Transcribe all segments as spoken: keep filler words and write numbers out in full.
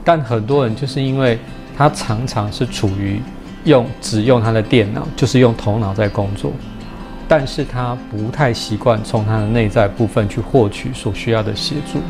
但很多人就是因为他常常是处于用只用他的电脑，就是用头脑在工作，但是他不太习惯从他的内在部分去获取所需要的协助。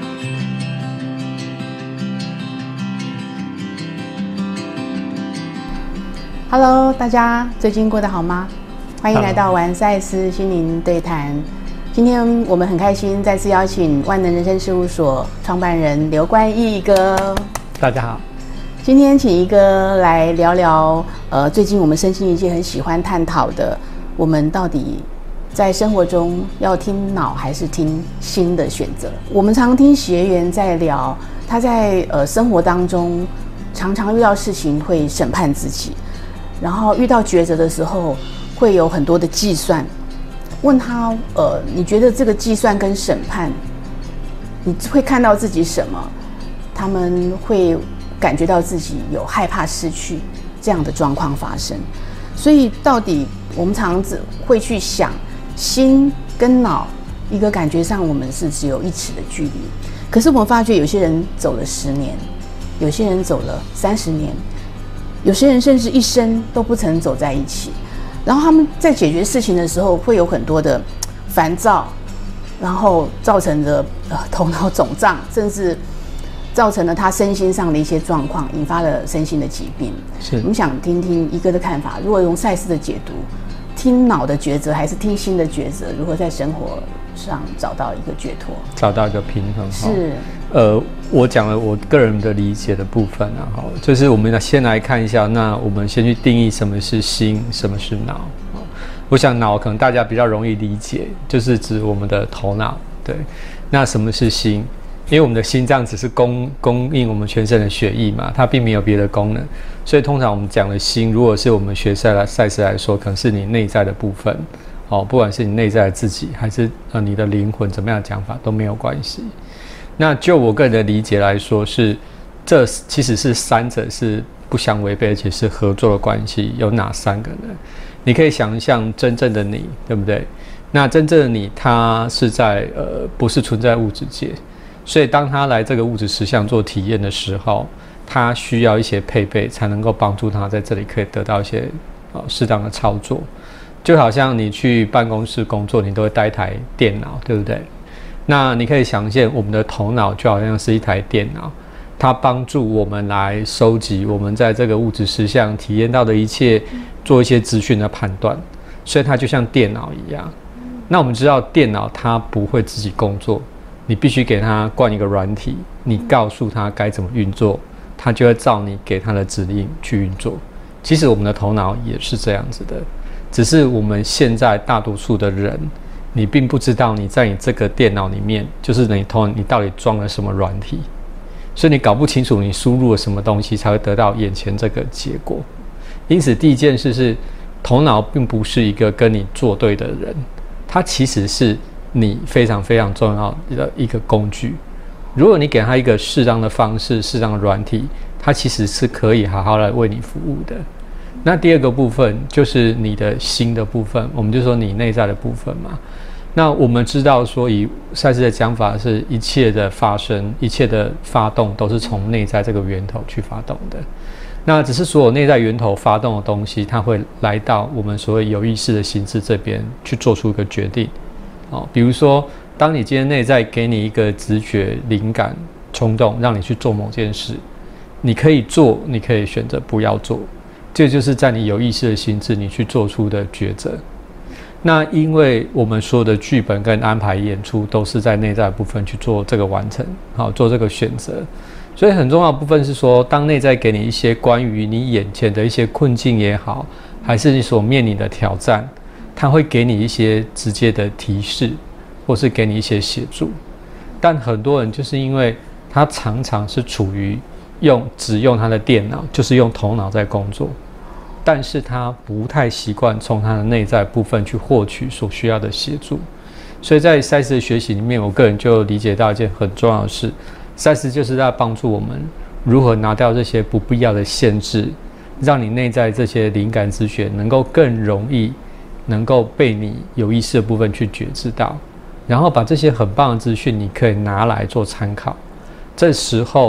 Hello， 大家最近过得好吗？欢迎来到玩赛斯心灵对谈。今天我们很开心再次邀请万能人生事务所创办人刘冠毅哥。 大家好。 今天请一哥来聊聊，呃，最近我们身心一界很喜欢探讨的，我们到底在生活中要听脑还是听心的选择。我们常听学员在聊，他在呃生活当中常常遇到事情会审判自己。然后遇到抉择的时候，会有很多的计算。问他，呃，你觉得这个计算跟审判，你会看到自己什么？他们会感觉到自己有害怕失去这样的状况发生。所以，到底我们常常会去想，心跟脑，一个感觉上我们是只有一尺的距离。可是我们发觉，有些人走了十年，有些人走了三十年。有些人甚至一生都不曾走在一起，然后他们在解决事情的时候会有很多的烦躁，然后造成的呃头脑肿胀，甚至造成了他身心上的一些状况，引发了身心的疾病。 是， 我们想听听一哥的看法。如果用赛斯的解读，听脑的抉择还是听心的抉择？如何在生活上找到一个解脱， 找到一个平衡？ 是。 呃，我讲了我个人的理解的部分啊，好，就是我们先来看一下，那我们先去定义什么是心，什么是脑。我想脑可能大家比较容易理解，就是指我们的头脑，对。那什么是心？因为我们的心脏只是供供应我们全身的血液嘛，它并没有别的功能，所以通常我们讲的心，如果是我们学赛来赛事来说，可能是你内在的部分，哦，不管是你内在的自己，还是呃你的灵魂，怎么样的讲法都没有关系。那就我个人的理解来说，是这其实是三者是不相违背，而且是合作的关系。有哪三个呢？你可以想象真正的你，对不对？那真正的你，它是在呃不是存在物质界，所以当他来这个物质实相做体验的时候，他需要一些配备，才能够帮助他在这里可以得到一些呃适当的操作。就好像你去办公室工作，你都会带一台电脑，对不对？那你可以想象，我们的头脑就好像是一台电脑，它帮助我们来收集我们在这个物质实相体验到的一切，做一些资讯的判断，所以它就像电脑一样。那我们知道，电脑它不会自己工作，你必须给它灌一个软体，你告诉它该怎么运作，它就会照你给它的指令去运作。其实我们的头脑也是这样子的，只是我们现在大多数的人，你并不知道你在你这个电脑里面，就是你头你到底装了什么软体，所以你搞不清楚你输入了什么东西，才会得到眼前这个结果。因此，第一件事是，头脑并不是一个跟你作对的人，它其实是你非常非常重要的一个工具。如果你给它一个适当的方式、适当的软体，它其实是可以好好来为你服务的。那第二个部分就是你的心的部分，我们就说你内在的部分嘛。那我们知道说，以赛斯的讲法，是一切的发生、一切的发动都是从内在这个源头去发动的。那只是所有内在源头发动的东西，它会来到我们所谓有意识的心智这边去做出一个决定。哦，比如说，当你今天内在给你一个直觉、灵感、冲动，让你去做某件事，你可以做，你可以选择不要做。这就是在你有意识的心智，你去做出的抉择。那因为我们所有的剧本跟安排演出都是在内在的部分去做这个完成，好，做这个选择。所以很重要的部分是说，当内在给你一些关于你眼前的一些困境也好，还是你所面临的挑战，它会给你一些直接的提示，或是给你一些协助。但很多人就是因为他常常是处于用只用他的电脑，就是用头脑在工作，但是他不太习惯从他的内在部分去获取所需要的协助。所以在赛斯的学习里面，我个人就理解到一件很重要的事，赛斯就是在帮助我们如何拿掉这些不必要的限制，让你内在这些灵感资讯能够更容易能够被你有意识的部分去觉知到，然后把这些很棒的资讯你可以拿来做参考。这时候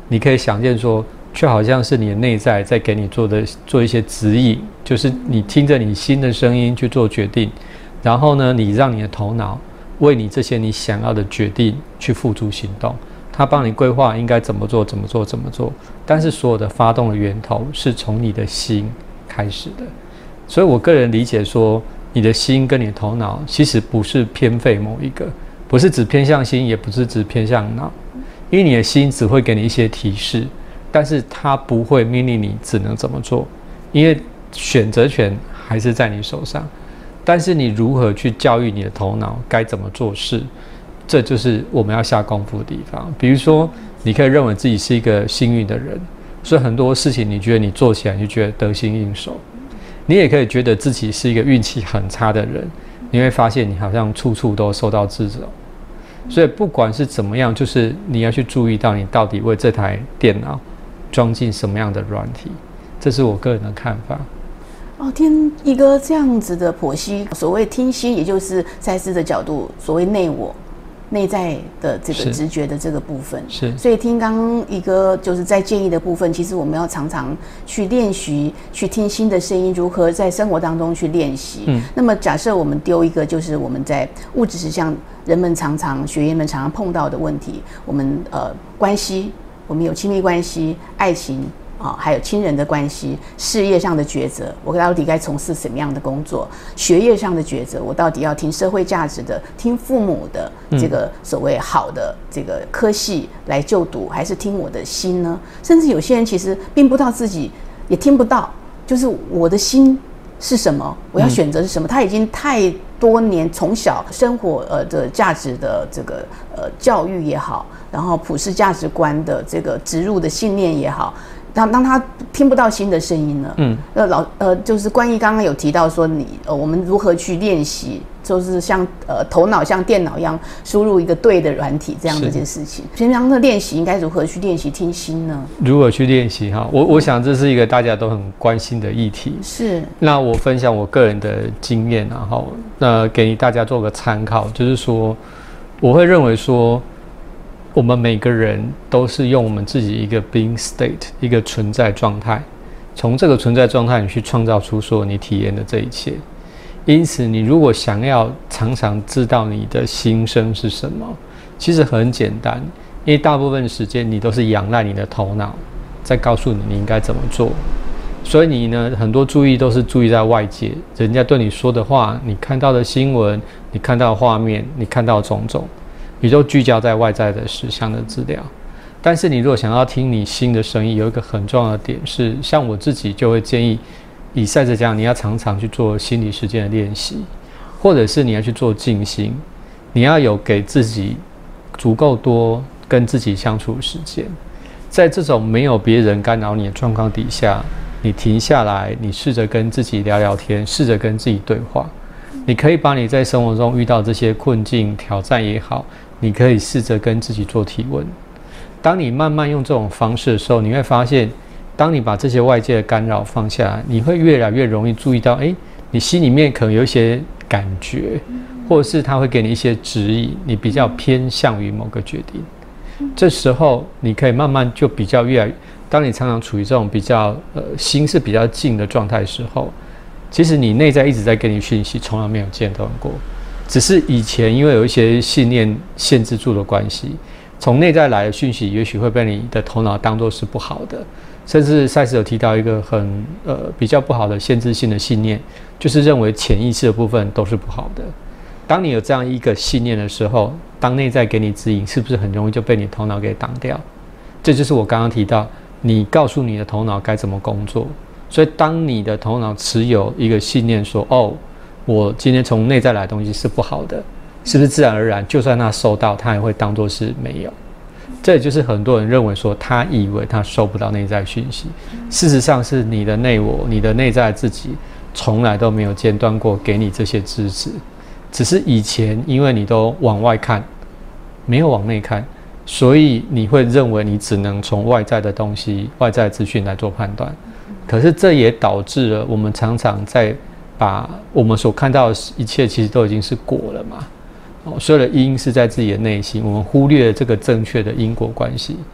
你可以想见说，却好像是你的内在在给你做的做一些指引，就是你听着你心的声音去做决定，然后呢，你让你的头脑为你这些你想要的决定去付诸行动，他帮你规划应该怎么做怎么做怎么做，但是所有的发动的源头是从你的心开始的。所以我个人理解说，你的心跟你的头脑其实不是偏废某一个，不是只偏向心，也不是只偏向脑，因为你的心只会给你一些提示，但是它不会命令你只能怎么做，因为选择权还是在你手上。但是你如何去教育你的头脑该怎么做事，这就是我们要下功夫的地方。比如说，你可以认为自己是一个幸运的人，所以很多事情你觉得你做起来就觉得得心应手。你也可以觉得自己是一个运气很差的人，你会发现你好像处处都受到掣肘。所以不管是怎么样，就是你要去注意到你到底为这台电脑装进什么样的软体，这是我个人的看法。 哦，听一个这样子的剖析，所谓听心，也就是赛斯的角度，所谓内我、内在的这个直觉的这个部分。 是， 所以听刚刚一个就是在建议的部分，其实我们要常常去练习，去听心的声音，如何在生活当中去练习。嗯，那么假设我们丢一个，就是我们在物质实相，人们常常学员们常常碰到的问题，我们呃关系，我们有亲密关系、爱情。啊，还有亲人的关系，事业上的抉择，我到底该从事什么样的工作？学业上的抉择，我到底要听社会价值的，听父母的这个所谓好的这个科系来就读，还是听我的心呢？甚至有些人其实并不知道自己，也听不到，就是我的心是什么，我要选择是什么？他已经太多年从小生活呃的价值的这个呃教育也好，然后普世价值观的这个植入的信念也好。当当他听不到新的声音了，嗯，呃老呃就是关于刚刚有提到说你呃我们如何去练习，就是像呃头脑像电脑一样输入一个对的软体这样的一件事情。平常的练习应该如何去练习听心呢？ 如何去练习哈？我我想这是一个大家都很关心的议题。 是。那我分享我个人的经验啊，哈，那给大家做个参考，就是说，我会认为说。我们每个人都是用我们自己一个 being state 一个存在状态，从这个存在状态你去创造出所有你体验的这一切。因此你如果想要常常知道你的心声是什么，其实很简单，因为大部分时间你都是仰赖你的头脑在告诉你你应该怎么做，所以你呢很多注意都是注意在外界，人家对你说的话，你看到的新闻，你看到的画面，你看到的种种，你都聚焦在外在的实相的资料。但是你如果想要听你心的声音，有一个很重要的点是，像我自己就会建议以赛者讲，你要常常去做心理实践的练习，或者是你要去做静心，你要有给自己足够多跟自己相处的时间。在这种没有别人干扰你的状况底下，你停下来，你试着跟自己聊聊天，试着跟自己对话。你可以把你在生活中遇到这些困境挑战也好，你可以试着跟自己做提问。当你慢慢用这种方式的时候，你会发现当你把这些外界的干扰放下来，你会越来越容易注意到，诶，你心里面可能有一些感觉，或者是他会给你一些指引，你比较偏向于某个决定。这时候你可以慢慢就比较越来越，当你常常处于这种比较呃心是比较静的状态的时候，其实你内在一直在给你讯息，从来没有间断过，只是以前因为有一些信念限制住的关系，从内在来的讯息也许会被你的头脑当作是不好的，甚至赛斯有提到一个很呃比较不好的限制性的信念，就是认为潜意识的部分都是不好的。当你有这样一个信念的时候，当内在给你指引，是不是很容易就被你头脑给挡掉？这就是我刚刚提到，你告诉你的头脑该怎么工作。所以当你的头脑持有一个信念说，哦，我今天从内在来的东西是不好的，是不是自然而然就算他收到，他也会当作是没有？这也就是很多人认为说，他以为他收不到内在讯息，事实上是你的内我，你的内在自己从来都没有间断过给你这些支持，只是以前因为你都往外看，没有往内看，所以你会认为你只能从外在的东西、外在的资讯来做判断。可是这也导致了我们常常在把我们所看到的一切其实都已经是果了嘛，哦，所有的因是在自己的内心，我们忽略了这个正确的因果关系。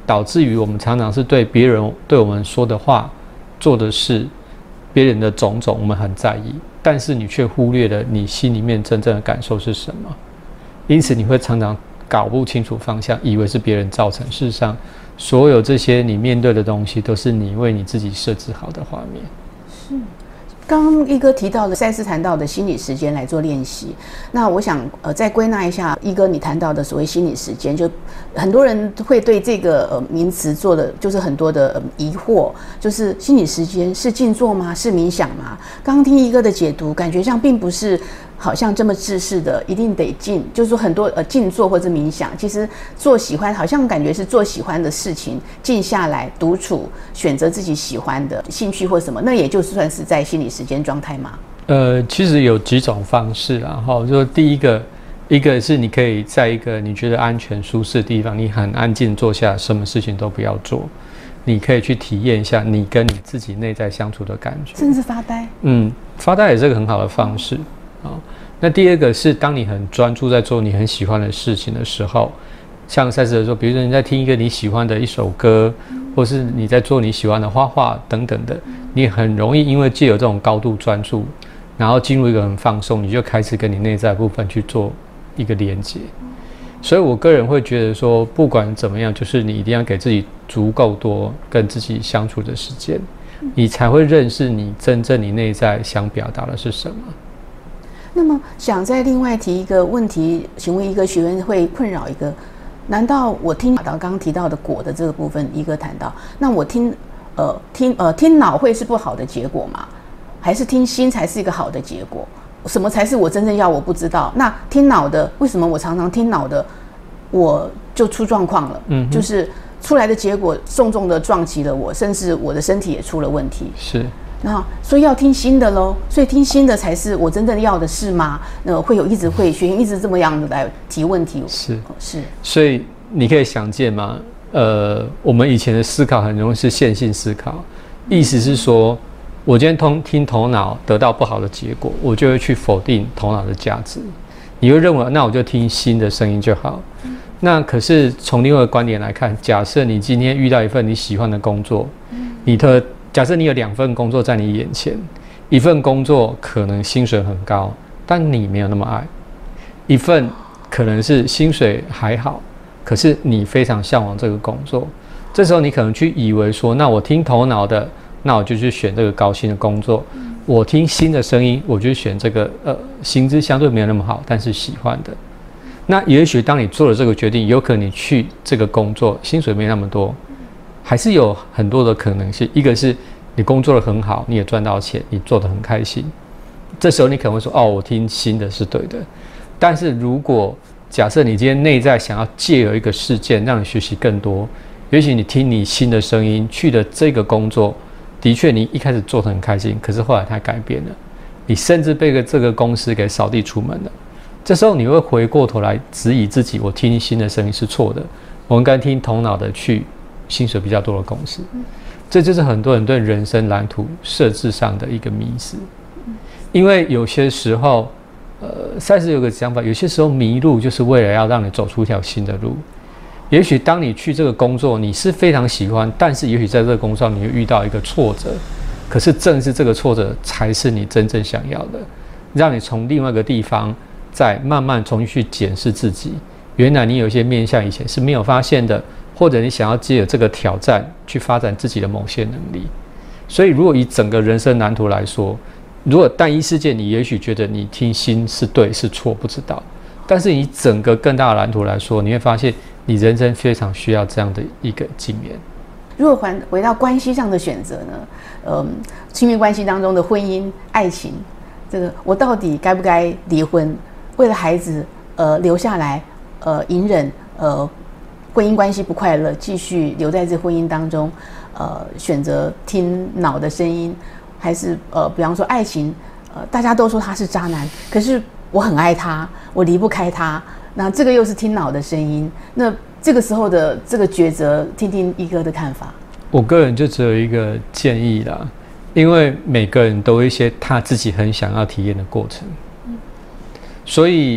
导致于我们常常是对别人对我们说的话、做的事、别人的种种，我们很在意，但是你却忽略了你心里面真正的感受是什么。因此你会常常搞不清楚方向，以为是别人造成，事实上所有这些你面对的东西都是你为你自己设置好的画面。 是。刚刚一哥提到的赛斯谈到的心理时间来做练习，那我想呃再归纳一下一哥你谈到的所谓心理时间，就很多人会对这个呃名词做的就是很多的、呃、疑惑，就是心理时间是静坐吗？是冥想吗？刚刚听一哥的解读，感觉上并不是好像这么制式的，一定得静，就是说很多呃静坐或者冥想，其实做喜欢，好像感觉是做喜欢的事情，静下来独处，选择自己喜欢的兴趣或什么，那也就算是在心理时间状态吗？ 呃，其实有几种方式啦，哈，就第一个，一个是你可以在一个你觉得安全舒适的地方，你很安静坐下，什么事情都不要做，你可以去体验一下你跟你自己内在相处的感觉， 甚至发呆。 嗯，发呆也是个很好的方式啊。那第二个是当你很专注在做你很喜欢的事情的时候，像赛斯的说，比如说你在听一个你喜欢的一首歌，或是你在做你喜欢的画画等等的，你很容易因为藉由这种高度专注，然后进入一个很放松，你就开始跟你内在部分去做一个连接。所以我个人会觉得说，不管怎么样，就是你一定要给自己足够多跟自己相处的时间，你才会认识你真正你内在想表达的是什么。 那么想再另外提一个问题，请问一个学员会困扰一个，难道我听到刚刚提到的果的这个部分，一个谈到，那我听呃听呃听脑会是不好的结果吗？还是听心才是一个好的结果？什么才是我真正要？我不知道。那听脑的，为什么我常常听脑的，我就出状况了？嗯，就是出来的结果重重的撞击了我，甚至我的身体也出了问题。 是。 那所以要听新的咯，所以听新的才是我真正要的事吗？那会有一直会学员一直这么样的来提问题。 是是。 所以你可以想见嘛，呃，我们以前的思考很容易是线性思考，意思是说，我今天通听头脑得到不好的结果，我就会去否定头脑的价值。你会认为，那我就听新的声音就好。嗯、那可是从另外一个观点来看，假设你今天遇到一份你喜欢的工作，嗯、你的假设你有两份工作在你眼前，一份工作可能薪水很高，但你没有那么爱；一份可能是薪水还好，可是你非常向往这个工作。这时候你可能去以为说，那我听头脑的，那我就去选这个高薪的工作；我听心的声音，我就选这个呃薪资相对没有那么好，但是喜欢的。那也许当你做了这个决定，有可能你去这个工作薪水没那么多。还是有很多的可能性，一个是你工作得很好，你也赚到钱，你做得很开心，这时候你可能会说，哦，我听新的是对的。但是如果假设你今天内在想要借由一个事件让你学习更多，也许你听你新的声音去的这个工作，的确你一开始做得很开心，可是后来它改变了，你甚至被这个公司给扫地出门了。这时候你会回过头来质疑自己，我听新的声音是错的，我应该听头脑的去薪水比较多的公司。这就是很多人对人生蓝图设置上的一个迷思。因为有些时候呃，赛斯有个想法，有些时候迷路就是为了要让你走出一条新的路。也许当你去这个工作你是非常喜欢，但是也许在这个工作上你会遇到一个挫折，可是正是这个挫折才是你真正想要的，让你从另外一个地方再慢慢重新去检视自己，原来你有一些面向以前是没有发现的，或者你想要借由这个挑战去发展自己的某些能力。所以如果以整个人生蓝图来说，如果单一事件你也许觉得你听心是对是错不知道，但是以整个更大的蓝图来说，你会发现你人生非常需要这样的一个经验。 如果回回到关系上的选择呢？嗯，亲密关系当中的婚姻、爱情，这个我到底该不该离婚？为了孩子，呃，留下来，呃，隐忍，呃。婚姻关系不快乐，继续留在这婚姻当中，呃，选择听脑的声音，还是呃，比方说爱情，呃，大家都说他是渣男，可是我很爱他，我离不开他，那这个又是听脑的声音，那这个时候的这个抉择，听听一哥的看法。 我个人就只有一个建议啦，因为每个人都有一些他自己很想要体验的过程，嗯、所以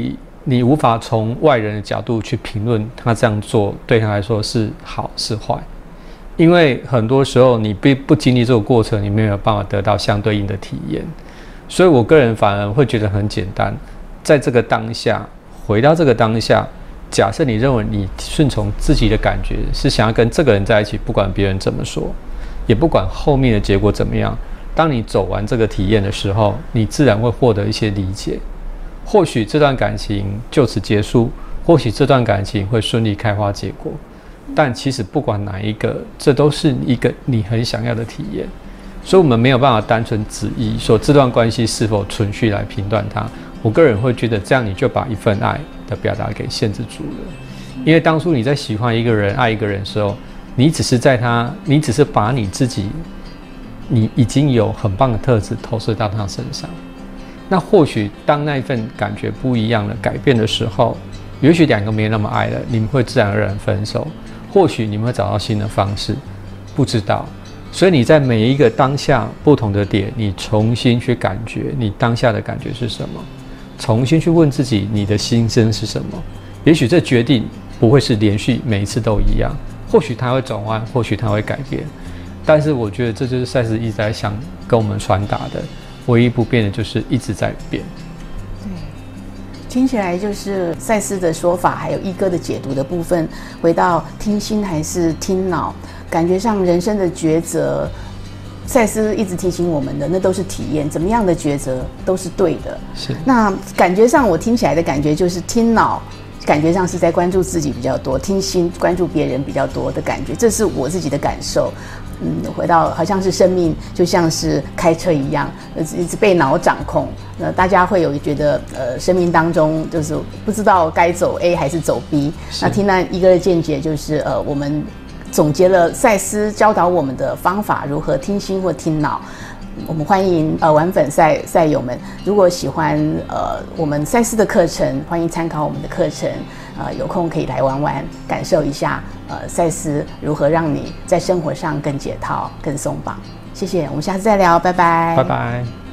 你无法从外人的角度去评论他这样做对他来说是好是坏，因为很多时候你不不经历这个过程，你没有办法得到相对应的体验。所以我个人反而会觉得很简单，在这个当下，回到这个当下，假设你认为你顺从自己的感觉，是想要跟这个人在一起，不管别人怎么说，也不管后面的结果怎么样，当你走完这个体验的时候，你自然会获得一些理解。或许这段感情就此结束，或许这段感情会顺利开花结果，但其实不管哪一个，这都是一个你很想要的体验。所以我们没有办法单纯只以说这段关系是否存续来评断它。我个人会觉得这样你就把一份爱的表达给限制住了。因为当初你在喜欢一个人爱一个人的时候，你只是在他你只是把你自己你已经有很棒的特质投射到他身上。那或许当那一份感觉不一样了，改变的时候，也许两个没那么爱了，你们会自然而然分手，或许你们会找到新的方式，不知道。所以你在每一个当下不同的点，你重新去感觉你当下的感觉是什么，重新去问自己你的心声是什么。也许这决定不会是连续每一次都一样，或许它会转弯，或许它会改变，但是我觉得这就是赛斯一直在想跟我们传达的，唯一不变的就是一直在变。 对，听起来就是赛斯的说法，还有一哥的解读的部分，回到听心还是听脑，感觉上人生的抉择，赛斯一直提醒我们的，那都是体验，怎么样的抉择都是对的。 是。那感觉上我听起来的感觉就是听脑，感觉上是在关注自己比较多，听心关注别人比较多的感觉，这是我自己的感受。嗯，回到好像是生命就像是开车一样，一直被脑掌控。那大家会有觉得，呃，生命当中就是不知道该走 A 还是走 B。那听那一个的见解就是，呃，我们总结了赛斯教导我们的方法，如何听心或听脑。我们欢迎呃玩粉赛赛友们，如果喜欢呃我们赛斯的课程，欢迎参考我们的课程。呃，有空可以来玩玩，感受一下呃赛斯如何让你在生活上更解套、更松绑。谢谢，我们下次再聊，拜拜。 拜拜。